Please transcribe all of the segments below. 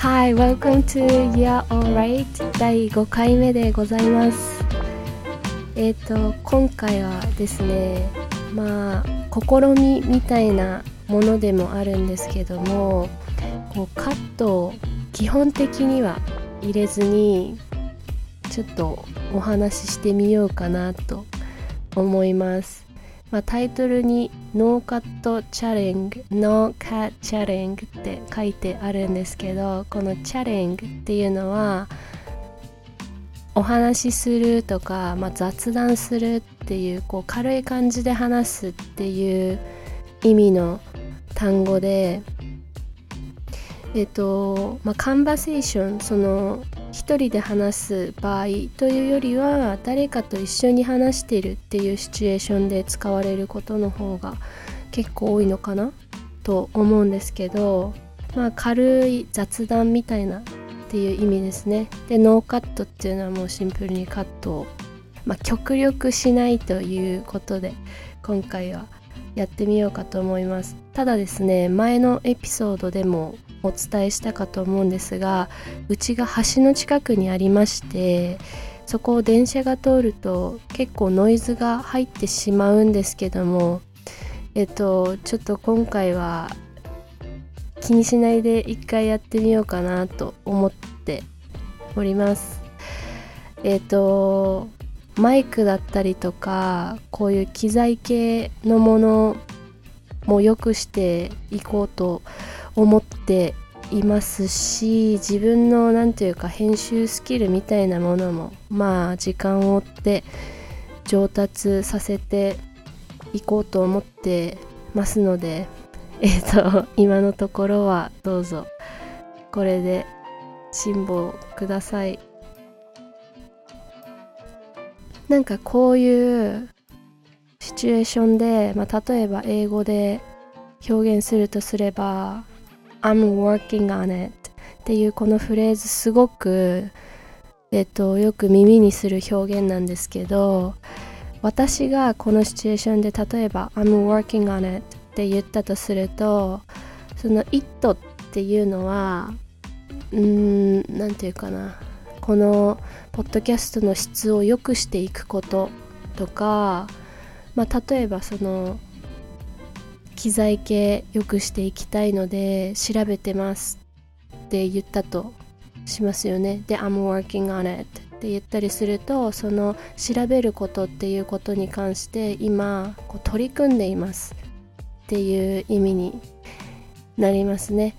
Hi, welcome to Yeah Alright 第5回目でございます。今回はですね、試みみたいなものでもあるんですけども、カットを基本的には入れずにちょっとお話ししてみようかなと思います。タイトルにノーカットチャレング、ノーカットチャレングって書いてあるんですけど、このチャレングっていうのはお話しするとか、雑談するっていう、軽い感じで話すっていう意味の単語で、カンバセーション、その一人で話す場合というよりは誰かと一緒に話しているっていうシチュエーションで使われることの方が結構多いのかなと思うんですけど、軽い雑談みたいなっていう意味ですね。で、ノーカットっていうのはもうシンプルにカットを、極力しないということで今回はやってみようかと思います。ただですね、前のエピソードでもお伝えしたかと思うんですが、うちが橋の近くにありまして、そこを電車が通ると結構ノイズが入ってしまうんですけども、ちょっと今回は気にしないで一回やってみようかなと思っております。マイクだったりとか、こういう機材系のものも良くしていこうと思っていますし、自分の編集スキルみたいなものも時間を追って上達させていこうと思ってますので、今のところはどうぞこれで辛抱ください。こういうシチュエーションで、例えば英語で表現するとすれば I'm working on it っていうこのフレーズ、すごく、よく耳にする表現なんですけど、私がこのシチュエーションで例えば I'm working on it って言ったとすると、その it っていうのはこのポッドキャストの質を良くしていくこととか、例えばその機材系良くしていきたいので調べてますって言ったとしますよね。で I'm working on it って言ったりすると、その調べることっていうことに関して今取り組んでいますっていう意味になりますね。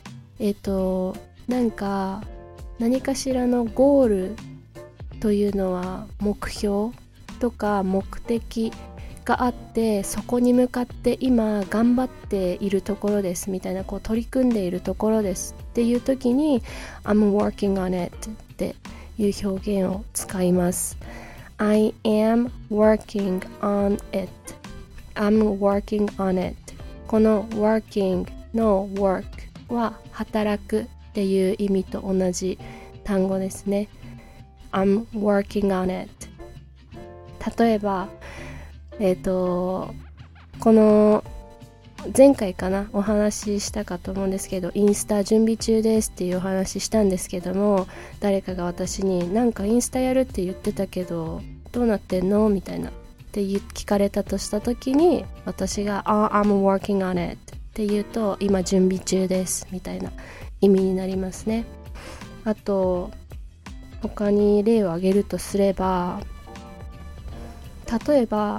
何かしらのゴールというのは目標とか目的があって、そこに向かって今頑張っているところですみたいな、取り組んでいるところですっていう時に I'm working on it っていう表現を使います。 I am working on it I'm working on it。 この working の work は働くっていう意味と同じ単語ですね。 I'm working on it。 例えばこの前回かなお話ししたかと思うんですけど、インスタ準備中ですっていうお話したんですけども、誰かが私にインスタやるって言ってたけどどうなってんのみたいなって聞かれたとした時に、私がI'm working on it って言うと、今準備中ですみたいな意味になりますね。あと他に例を挙げるとすれば、例えば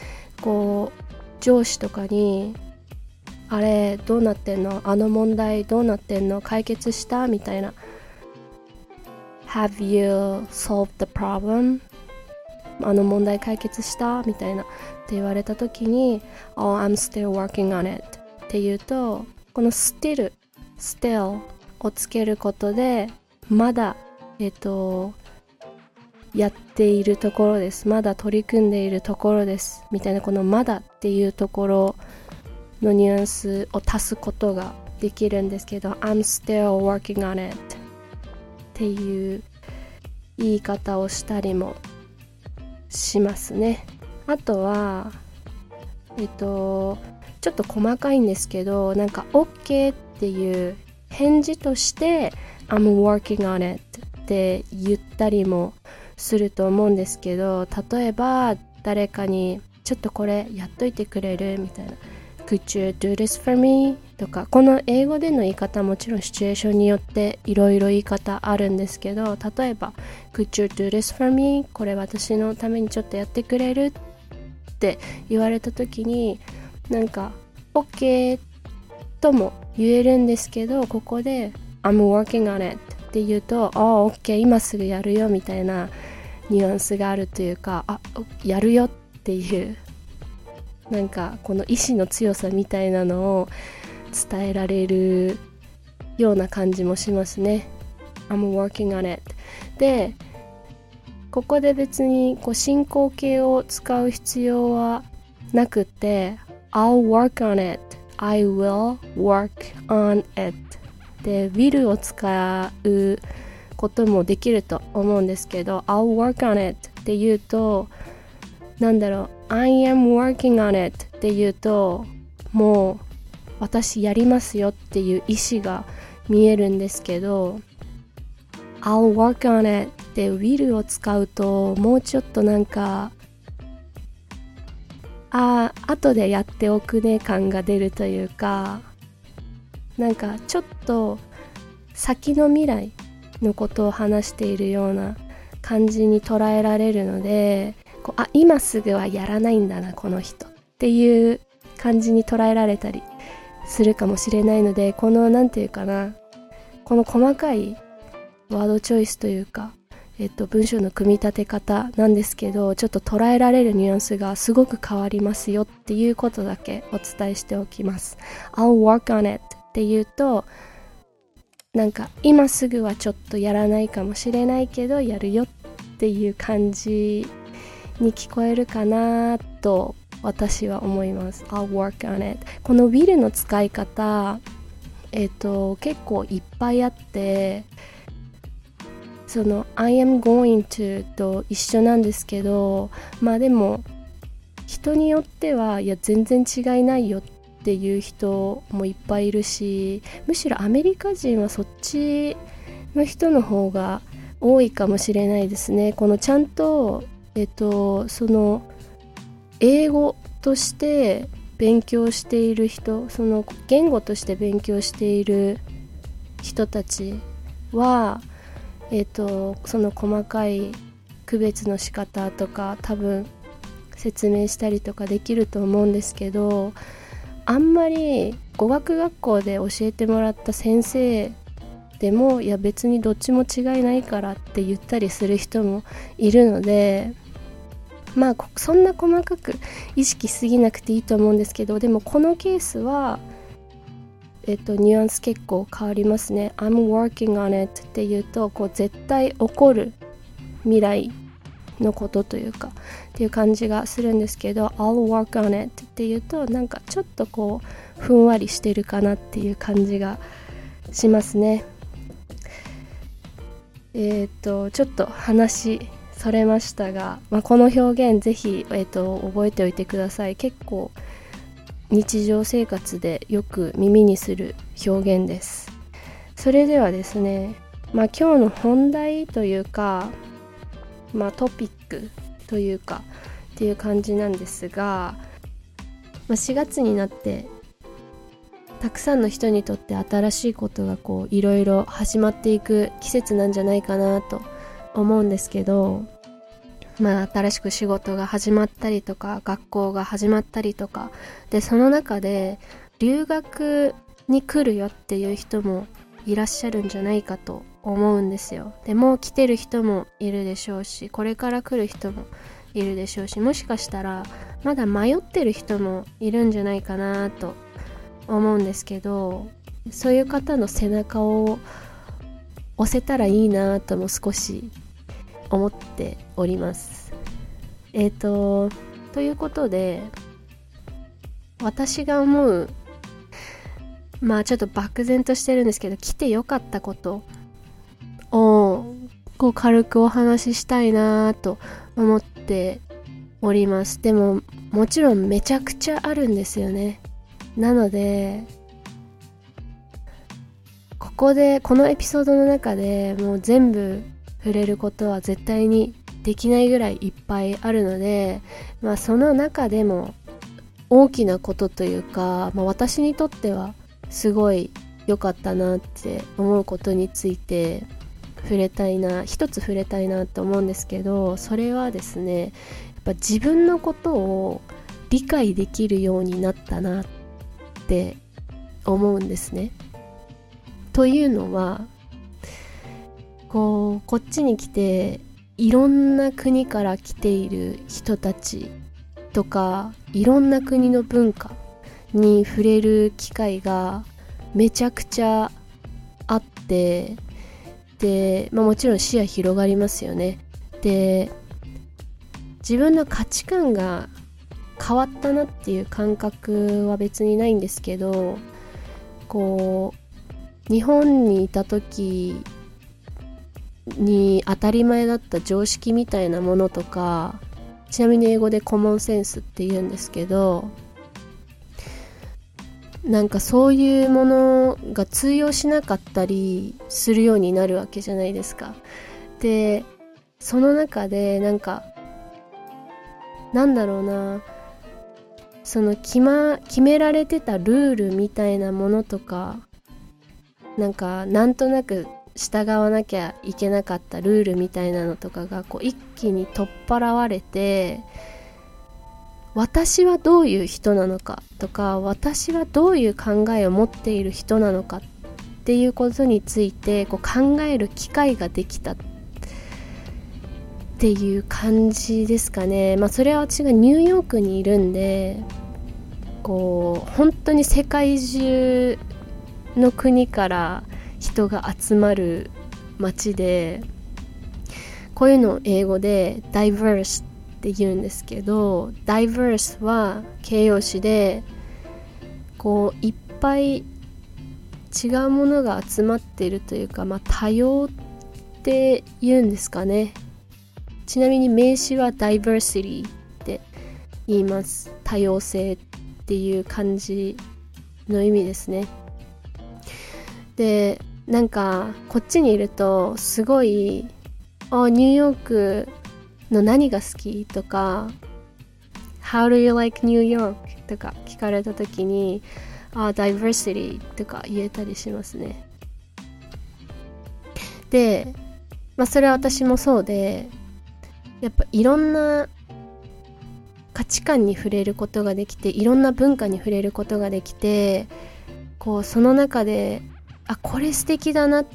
上司とかにあれどうなってんの、あの問題どうなってんの、解決したみたいな、 Have you solved the problem？ あの問題解決したみたいなって言われた時に Oh, I'm still working on it って言うと、この still をつけることでまだやっているところです、まだ取り組んでいるところですみたいな、このまだっていうところのニュアンスを足すことができるんですけど、 I'm still working on it っていう言い方をしたりもしますね。あとはちょっと細かいんですけど、OK っていう返事として I'm working on it って言ったりもすると思うんですけど、例えば誰かにちょっとこれやっといてくれるみたいな Could you do this for me? とか、この英語での言い方もちろんシチュエーションによっていろいろ言い方あるんですけど、例えば Could you do this for me? これ私のためにちょっとやってくれるって言われた時に、なんか OK とも言えるんですけど、ここで I'm working on it って言うと、OK 今すぐやるよみたいなニュアンスがあるというか、やるよっていう、なんかこの意志の強さみたいなのを伝えられるような感じもしますね。 I'm working on it で、ここで別にこう進行形を使う必要はなくて I'll work on it I will work on it で will を使うこともできると思うんですけど、 I'll work on it って言うと、なんだろう、 I am working on it って言うと、もう私やりますよっていう意思が見えるんですけど、 I'll work on it で will を使うと、もうちょっとなんか後でやっておくね感が出るというか、なんかちょっと先の未来のことを話しているような感じに捉えられるので、今すぐはやらないんだなこの人っていう感じに捉えられたりするかもしれないので、このなんていうかな、この細かいワードチョイスというか、文章の組み立て方なんですけど、ちょっと捉えられるニュアンスがすごく変わりますよっていうことだけお伝えしておきます。 I'll work on it っていうと、なんか今すぐはちょっとやらないかもしれないけどやるよっていう感じに聞こえるかなと私は思います。 I'll work on it。 この will の使い方、結構いっぱいあって、その I am going to と一緒なんですけど、まあでも人によってはいや全然違いないよっていう人もいっぱいいるし、むしろアメリカ人はそっちの人の方が多いかもしれないですね。このちゃんとその英語として勉強している人、その言語として勉強している人たちはその細かい区別の仕方とか多分説明したりとかできると思うんですけど、あんまり語学学校で教えてもらった先生でも、いや別にどっちも違いないからって言ったりする人もいるので、まあそんな細かく意識しすぎなくていいと思うんですけど、でもこのケースはニュアンス結構変わりますね。 I'm working on it っていうと、こう絶対起こる未来のことというかっていう感じがするんですけど、 I'll work on it っていうと、なんかちょっとこうふんわりしてるかなっていう感じがしますね。ちょっと話それましたが、この表現ぜひ、覚えておいてください。結構日常生活でよく耳にする表現です。それではですね、今日の本題というか、トピックというかっていう感じなんですが、4月になってたくさんの人にとって新しいことがこういろいろ始まっていく季節なんじゃないかなと思うんですけど、新しく仕事が始まったりとか学校が始まったりとかで、その中で留学に来るよっていう人もいらっしゃるんじゃないかと思うんですよ。でもう来てる人もいるでしょうし、これから来る人もいるでしょうし、もしかしたらまだ迷ってる人もいるんじゃないかなと思うんですけど、そういう方の背中を押せたらいいなとも少し思っております。ということで、私が思うちょっと漠然としてるんですけど、来てよかったことをこう軽くお話ししたいなと思っております。でももちろんめちゃくちゃあるんですよね。なのでこのエピソードの中でもう全部触れることは絶対にできないぐらいいっぱいあるので、その中でも大きなことというか、私にとってはすごい良かったなって思うことについて一つ触れたいなと思うんですけど、それはですね、やっぱ自分のことを理解できるようになったなって思うんですね。というのは、こっちに来ていろんな国から来ている人たちとか、いろんな国の文化に触れる機会がめちゃくちゃあって、で、もちろん視野広がりますよね。で、自分の価値観が変わったなっていう感覚は別にないんですけど、日本にいた時に当たり前だった常識みたいなものとか、ちなみに英語でコモンセンスって言うんですけど、なんかそういうものが通用しなかったりするようになるわけじゃないですか。で、その中でその決められてたルールみたいなものとか、なんとなく従わなきゃいけなかったルールみたいなのとかが一気に取っ払われて、私はどういう人なのかとか、私はどういう考えを持っている人なのかっていうことについて考える機会ができたっていう感じですかね。それは私がニューヨークにいるんで、本当に世界中の国から人が集まる街で、こういうのを英語で diverse って言うんですけど、 diverse は形容詞でいっぱい違うものが集まっているというか、多様って言うんですかね。ちなみに名詞は diversity って言います。多様性っていう感じの意味ですね。で、こっちにいるとすごいニューヨークの何が好きとか How do you like New York とか聞かれた時にdiversity とか言えたりしますね。で、それは私もそうで、やっぱいろんな価値観に触れることができて、いろんな文化に触れることができて、その中でこれ素敵だなって、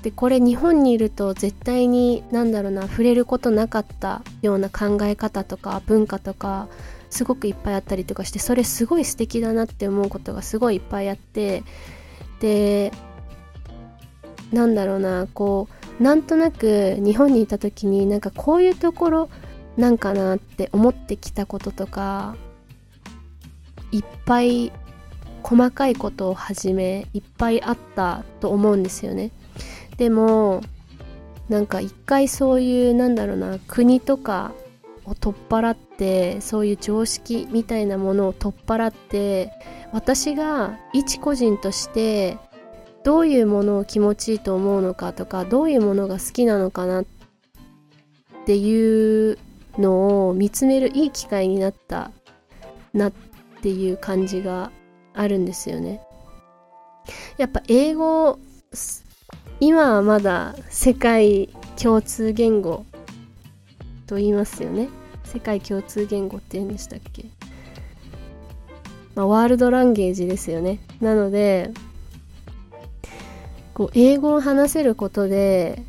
これ日本にいると絶対に触れることなかったような考え方とか文化とかすごくいっぱいあったりとかして、それすごい素敵だなって思うことがすごいいっぱいあって、で、なんとなく日本にいた時にこういうところなんかなって思ってきたこととか、いっぱい細かいことをはじめいっぱいあったと思うんですよね。でも一回そういう国とかを取っ払って、そういう常識みたいなものを取っ払って、私が一個人としてどういうものを気持ちいいと思うのかとか、どういうものが好きなのかなっていうのを見つめるいい機会になったなっていう感じがあるんですよね。やっぱ英語、今はまだ世界共通言語と言いますよね。世界共通言語って言うんでしたっけ。ワールドランゲージですよね。なので英語を話せることで、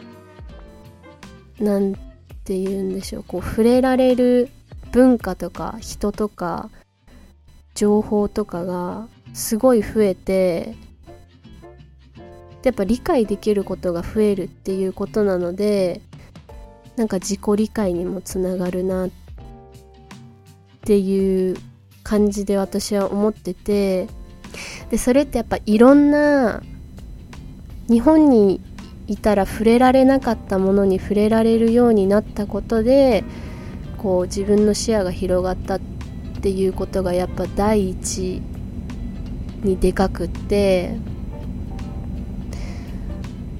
なんて言うんでしょう、触れられる文化とか人とか情報とかがすごい増えて、やっぱ理解できることが増えるっていうことなので、自己理解にもつながるなっていう感じで私は思ってて、でそれってやっぱいろんな日本にいたら触れられなかったものに触れられるようになったことで、自分の視野が広がったっていうことがやっぱ第一にでかくって、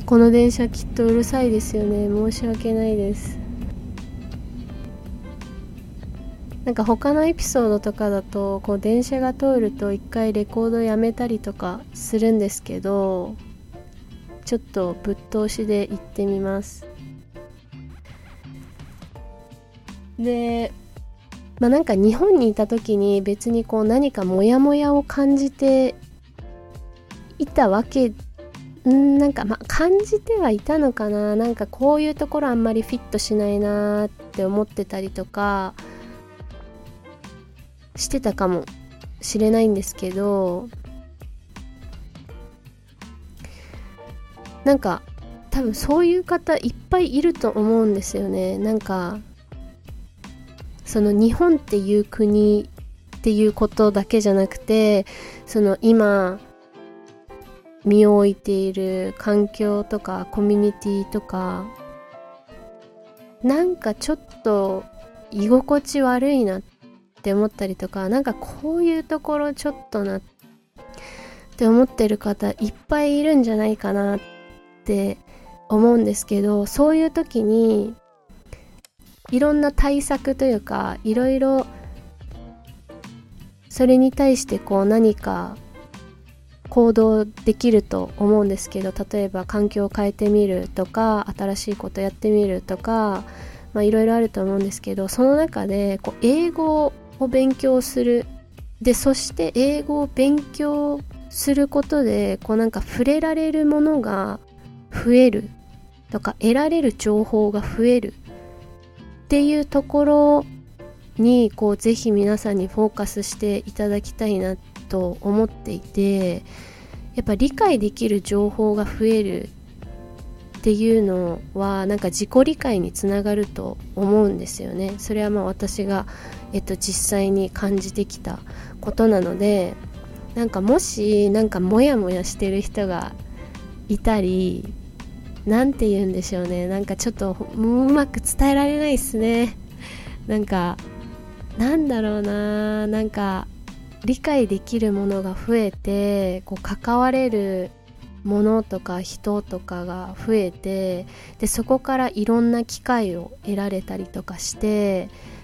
この電車きっとうるさいですよね。申し訳ないです。なんか他のエピソードとかだとこう電車が通ると一回レコードやめたりとかするんですけど、ちょっとぶっ通しで行ってみます。で、なんか日本にいた時に別にこう何かモヤモヤを感じていたわけなんか感じてはいたのかな。なんかこういうところあんまりフィットしないなって思ってたりとかしてたかもしれないんですけど、なんか多分そういう方いっぱいいると思うんですよね。なんかその日本っていう国っていうことだけじゃなくて、その今身を置いている環境とかコミュニティとか、なんかちょっと居心地悪いなって思ったりとか、なんかこういうところちょっとなって思ってる方いっぱいいるんじゃないかなって思うんですけど、そういう時にいろんな対策というか、いろいろそれに対してこう何か行動できると思うんですけど、例えば環境を変えてみるとか、新しいことやってみるとか、いろいろあると思うんですけど、その中でこう英語を勉強する。で、そして英語を勉強することでこうなんか触れられるものが増えるとか、得られる情報が増えるっていうところにこうぜひ皆さんにフォーカスしていただきたいなと思っていて、やっぱ理解できる情報が増えるっていうのはなんか自己理解につながると思うんですよね。それは私が、実際に感じてきたことなので、なんかもしなんかモヤモヤしてる人がいたり、なんて言うんでしょうね、なんかちょっとうまく伝えられないですね。なんかなんだろうな、なんか理解できるものが増えて、こう関われるものとか人とかが増えて、でそこからいろんな機会を得られたりとかして、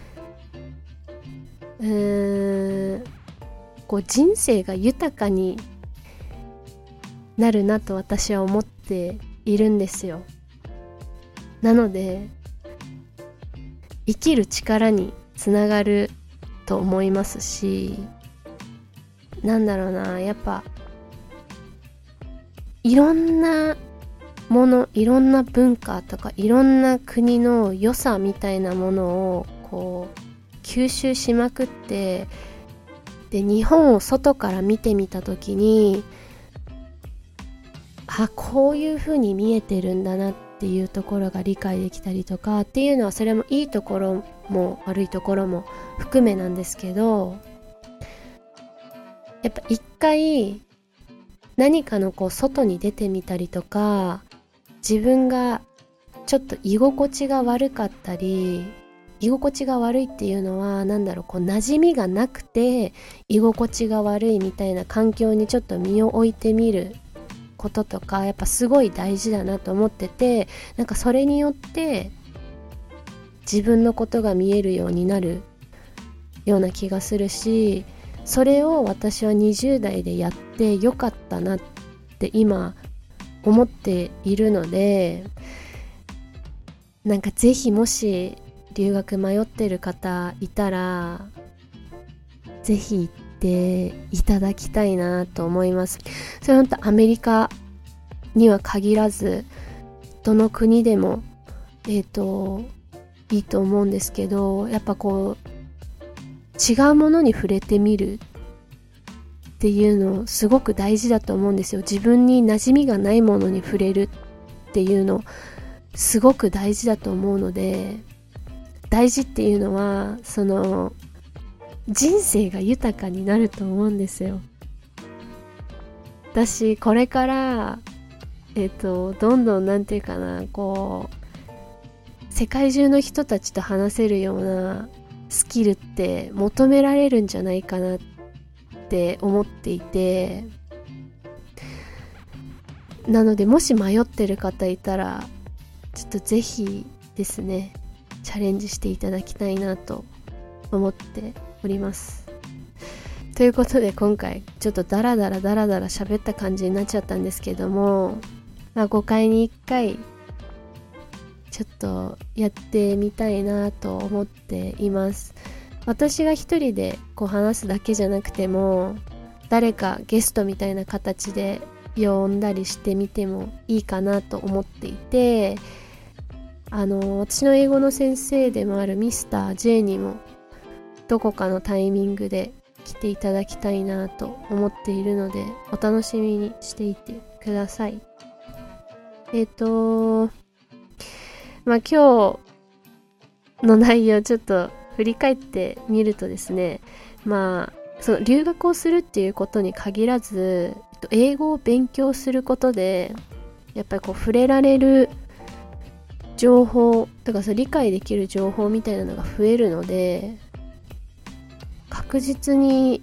こう人生が豊かになるなと私は思っているんですよ。なので生きる力につながると思いますし、なんだろうな、やっぱいろんなもの、いろんな文化とかいろんな国の良さみたいなものをこう吸収しまくって、で日本を外から見てみた時に、こういう風に見えてるんだなっていうところが理解できたりとかっていうのは、それもいいところも悪いところも含めなんですけど、やっぱ一回何かのこう外に出てみたりとか、自分がちょっと居心地が悪かったり、居心地が悪いっていうのはこう馴染みがなくて居心地が悪いみたいな環境にちょっと身を置いてみることとか、やっぱすごい大事だなと思ってて、なんかそれによって自分のことが見えるようになるような気がするし、それを私は20代でやってよかったなって今思っているので、なんかぜひもし留学迷ってる方いたらぜひ行っていただきたいなと思います。それ本当アメリカには限らずどの国でもいいと思うんですけど、やっぱこう違うものに触れてみるっていうのすごく大事だと思うんですよ。自分に馴染みがないものに触れるっていうのすごく大事だと思うので、大事っていうのはその人生が豊かになると思うんですよ。私これからどんどんなんていうかな、こう世界中の人たちと話せるようなスキルって求められるんじゃないかなって思っていて、 なのでもし迷ってる方いたらちょっとぜひですねチャレンジしていただきたいなと思っております。ということで今回ちょっとダラダラ喋った感じになっちゃったんですけども、5回に1回ちょっとやってみたいなと思っています。私が一人で話すだけじゃなくても誰かゲストみたいな形で呼んだりしてみてもいいかなと思っていて、私の英語の先生でもあるミスター J にもどこかのタイミングで来ていただきたいなと思っているのでお楽しみにしていてください。今日の内容ちょっと振り返ってみるとですね、その留学をするっていうことに限らず、英語を勉強することでやっぱり触れられる情報とか理解できる情報みたいなのが増えるので、確実に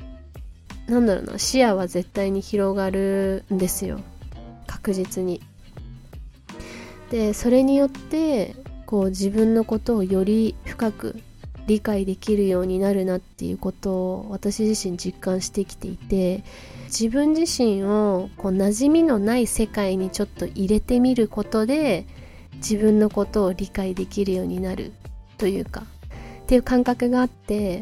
視野は絶対に広がるんですよ。確実に。でそれによって自分のことをより深く理解できるようになるなっていうことを私自身実感してきていて、自分自身を馴染みのない世界にちょっと入れてみることで自分のことを理解できるようになるというかっていう感覚があって、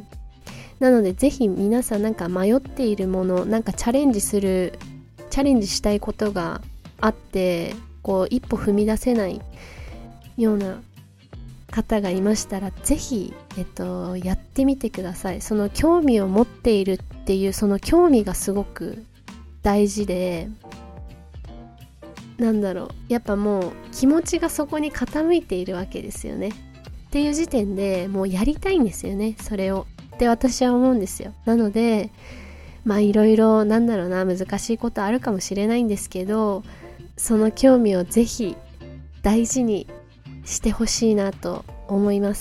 なのでぜひ皆さん迷っているもの、チャレンジしたいことがあって一歩踏み出せないような方がいましたらぜひ、やってみてください。その興味を持っているっていうその興味がすごく大事で、やっぱもう気持ちがそこに傾いているわけですよねっていう時点でもうやりたいんですよね、それをって私は思うんですよ。なのでいろいろ難しいことあるかもしれないんですけど、その興味をぜひ大事にしてほしいなと思います。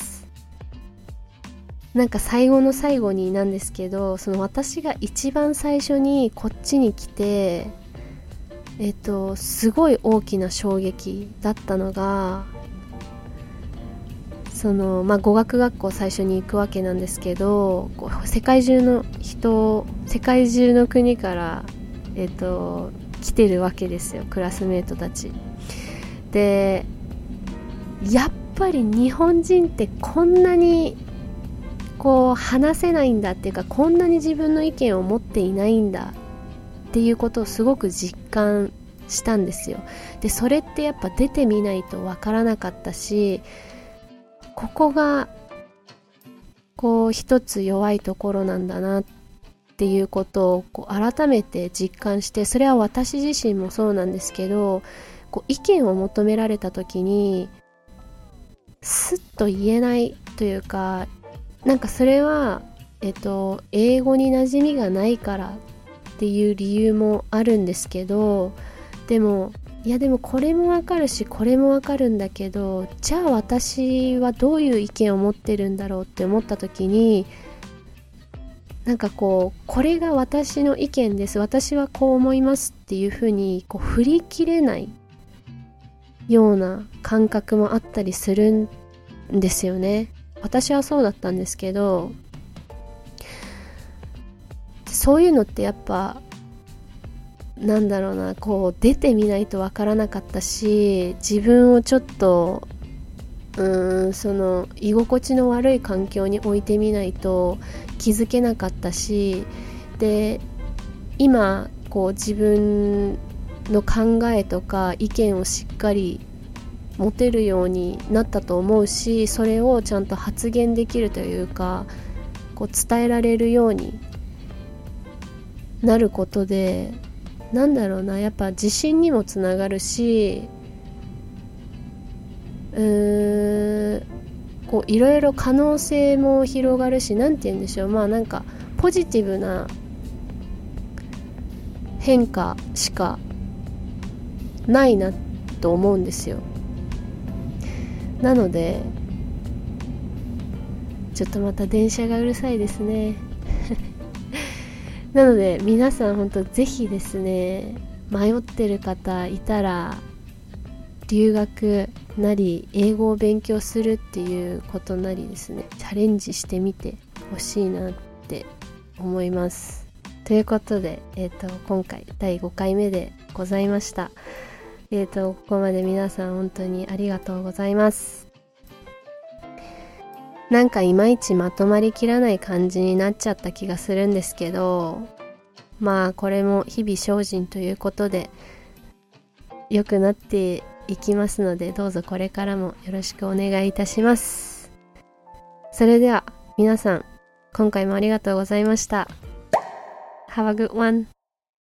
最後の最後になんですけど、その私が一番最初にこっちに来てすごい大きな衝撃だったのが語学学校最初に行くわけなんですけど、世界中の国から来てるわけですよ、クラスメートたちで。やっぱり日本人ってこんなに話せないんだっていうか、こんなに自分の意見を持っていないんだっていうことをすごく実感したんですよ。でそれってやっぱ出てみないとわからなかったし、ここが一つ弱いところなんだなっていうことを改めて実感して、それは私自身もそうなんですけど、意見を求められた時にスッと言えないというか、それは英語に馴染みがないからっていう理由もあるんですけど、でもこれもわかるしこれもわかるんだけど、じゃあ私はどういう意見を持ってるんだろうって思った時に、これが私の意見です、私はこう思いますっていうふうに振り切れないような感覚もあったりするんですよね。私はそうだったんですけど、そういうのってやっぱ出てみないとわからなかったし、自分をちょっとその居心地の悪い環境に置いてみないと気づけなかったし、で今自分の考えとか意見をしっかり持てるようになったと思うし、それをちゃんと発言できるというか伝えられるようになることで、やっぱ自信にもつながるし、いろいろ可能性も広がるし、ポジティブな変化しかないなと思うんですよ。なのでちょっとまた電車がうるさいですねなので皆さん本当ぜひですね、 迷ってる方いたら、留学なり英語を勉強するっていうことなりですね、チャレンジしてみてほしいなって思います。ということで、今回第5回目でございました。ここまで皆さん本当にありがとうございます。なんかいまいちまとまりきらない感じになっちゃった気がするんですけど、まあこれも日々精進ということで良くなっていきますので、どうぞこれからもよろしくお願いいたします。それでは皆さん、今回もありがとうございました。Have a good one!